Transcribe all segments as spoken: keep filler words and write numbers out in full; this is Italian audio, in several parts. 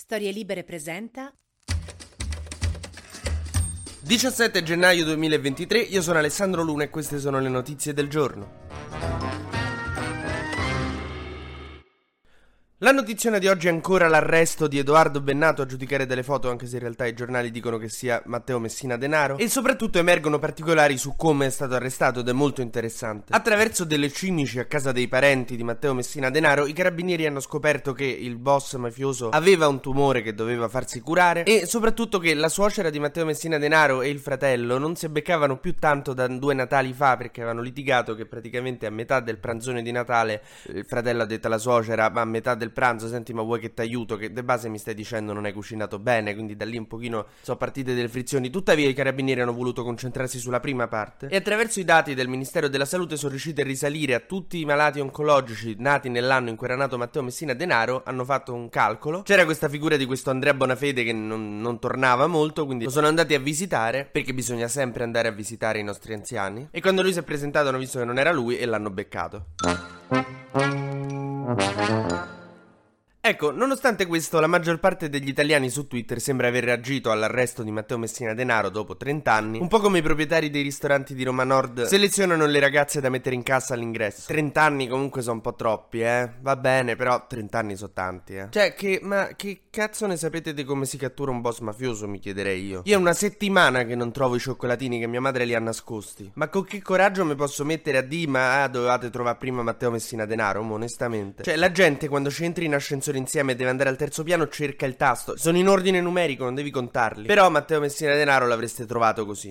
Storie Libere presenta diciassette gennaio duemilaventitré, io sono Alessandro Luna e queste sono le notizie del giorno. La notizia di oggi è ancora l'arresto di Edoardo Bennato, a giudicare dalle foto, anche se in realtà i giornali dicono che sia Matteo Messina Denaro, e soprattutto emergono particolari su come è stato arrestato ed è molto interessante. Attraverso delle cimici a casa dei parenti di Matteo Messina Denaro, i carabinieri hanno scoperto che il boss mafioso aveva un tumore che doveva farsi curare e soprattutto che la suocera di Matteo Messina Denaro e il fratello non si abbeccavano più tanto da due Natali fa, perché avevano litigato che praticamente a metà del pranzone di Natale il fratello ha detto alla suocera: ma a metà del pranzo, senti, ma vuoi che t'aiuto, che de base mi stai dicendo non hai cucinato bene, quindi da lì un pochino sono partite delle frizioni. Tuttavia i carabinieri hanno voluto concentrarsi sulla prima parte e attraverso i dati del Ministero della Salute sono riusciti a risalire a tutti i malati oncologici nati nell'anno in cui era nato Matteo Messina Denaro. Hanno fatto un calcolo, c'era questa figura di questo Andrea Bonafede che non, non tornava molto, quindi lo sono andati a visitare, perché bisogna sempre andare a visitare i nostri anziani, e quando lui si è presentato hanno visto che non era lui e l'hanno beccato. Ecco, nonostante questo, la maggior parte degli italiani su Twitter sembra aver reagito all'arresto di Matteo Messina Denaro dopo trenta anni, un po' come i proprietari dei ristoranti di Roma Nord selezionano le ragazze da mettere in cassa all'ingresso. trenta anni comunque sono un po' troppi, eh? Va bene, però trenta anni sono tanti, eh? Cioè, che, ma che cazzo ne sapete di come si cattura un boss mafioso, mi chiederei io? Io è una settimana che non trovo i cioccolatini che mia madre li ha nascosti. Ma con che coraggio mi posso mettere a di ma ah, dovevate trovare prima Matteo Messina Denaro, onestamente? Cioè, la gente quando ci entri in ascensore insieme deve andare al terzo piano, cerca il tasto. Sono in ordine numerico, non devi contarli. Però Matteo Messina Denaro l'avreste trovato così.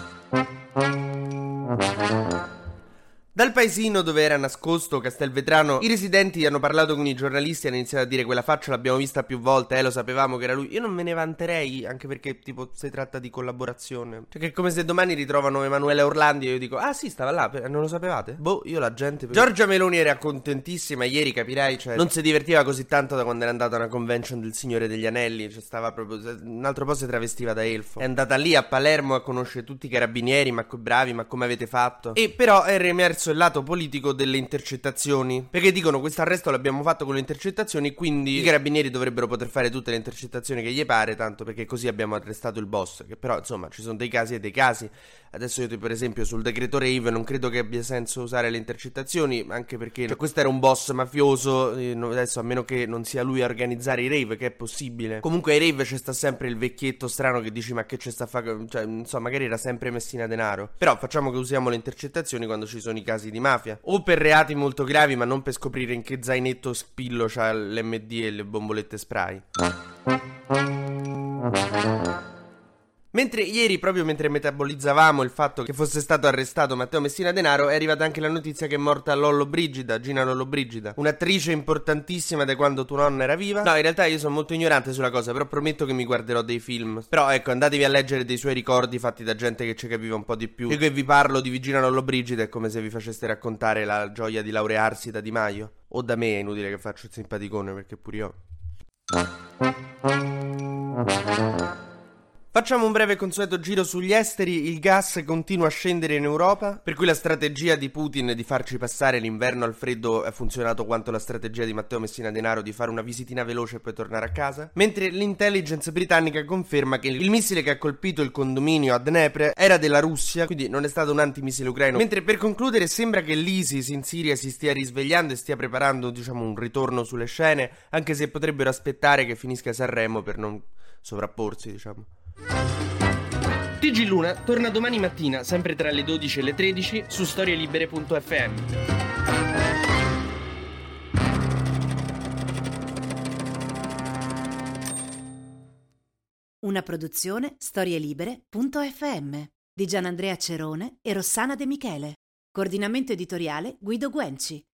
Dal paesino dove era nascosto Castelvetrano, i residenti hanno parlato con i giornalisti e hanno iniziato a dire: quella faccia l'abbiamo vista più volte, eh, lo sapevamo che era lui. Io non me ne vanterei, anche perché tipo si tratta di collaborazione. Cioè che è come se domani ritrovano Emanuele Orlandi e io dico: ah sì, stava là, non lo sapevate? Boh, io la gente... Giorgia Meloni era contentissima ieri, capirai, cioè non si divertiva così tanto da quando era andata a una convention del Signore degli Anelli. Cioè stava proprio... un altro po' si travestiva da elfo. È andata lì a Palermo a conoscere tutti i carabinieri, ma co- bravi, ma come avete fatto? E però è emerso il lato politico delle intercettazioni, perché dicono: questo arresto l'abbiamo fatto con le intercettazioni, quindi i carabinieri dovrebbero poter fare tutte le intercettazioni che gli pare, tanto perché così abbiamo arrestato il boss. Che però insomma ci sono dei casi e dei casi. Adesso io per esempio sul decreto rave non credo che abbia senso usare le intercettazioni, anche perché cioè, questo era un boss mafioso, eh, adesso a meno che non sia lui a organizzare i rave, che è possibile. Comunque ai rave c'è sta sempre il vecchietto strano che dici: ma che c'è sta a fare, cioè non so, magari era sempre Messina Denaro. Però facciamo che usiamo le intercettazioni quando ci sono i casi di mafia o per reati molto gravi, ma non per scoprire in che zainetto Spillo c'ha l'emme di e le bombolette spray. Mentre ieri, proprio mentre metabolizzavamo il fatto che fosse stato arrestato Matteo Messina Denaro, è arrivata anche la notizia che è morta Lollobrigida, Gina Lollobrigida, un'attrice importantissima da quando tua nonna era viva. No, in realtà io sono molto ignorante sulla cosa, però prometto che mi guarderò dei film. Però ecco, andatevi a leggere dei suoi ricordi fatti da gente che ci capiva un po' di più. Io che vi parlo di Gina Lollobrigida è come se vi faceste raccontare la gioia di laurearsi da Di Maio. O da me, è inutile che faccio il simpaticone, perché pure io... Facciamo un breve consueto giro sugli esteri. Il gas continua a scendere in Europa, per cui la strategia di Putin di farci passare l'inverno al freddo ha funzionato quanto la strategia di Matteo Messina Denaro di fare una visitina veloce e poi tornare a casa. Mentre l'intelligence britannica conferma che il missile che ha colpito il condominio a Dnepr era della Russia, quindi non è stato un antimissile ucraino. Mentre per concludere sembra che l'ISIS in Siria si stia risvegliando e stia preparando, diciamo, un ritorno sulle scene, anche se potrebbero aspettare che finisca Sanremo per non sovrapporsi, diciamo. T G Luna torna domani mattina, sempre tra le dodici e le tredici, su storielibere punto effe emme. Una produzione storielibere punto effe emme di Gianandrea Cerone e Rossana De Michele. Coordinamento editoriale Guido Guenci.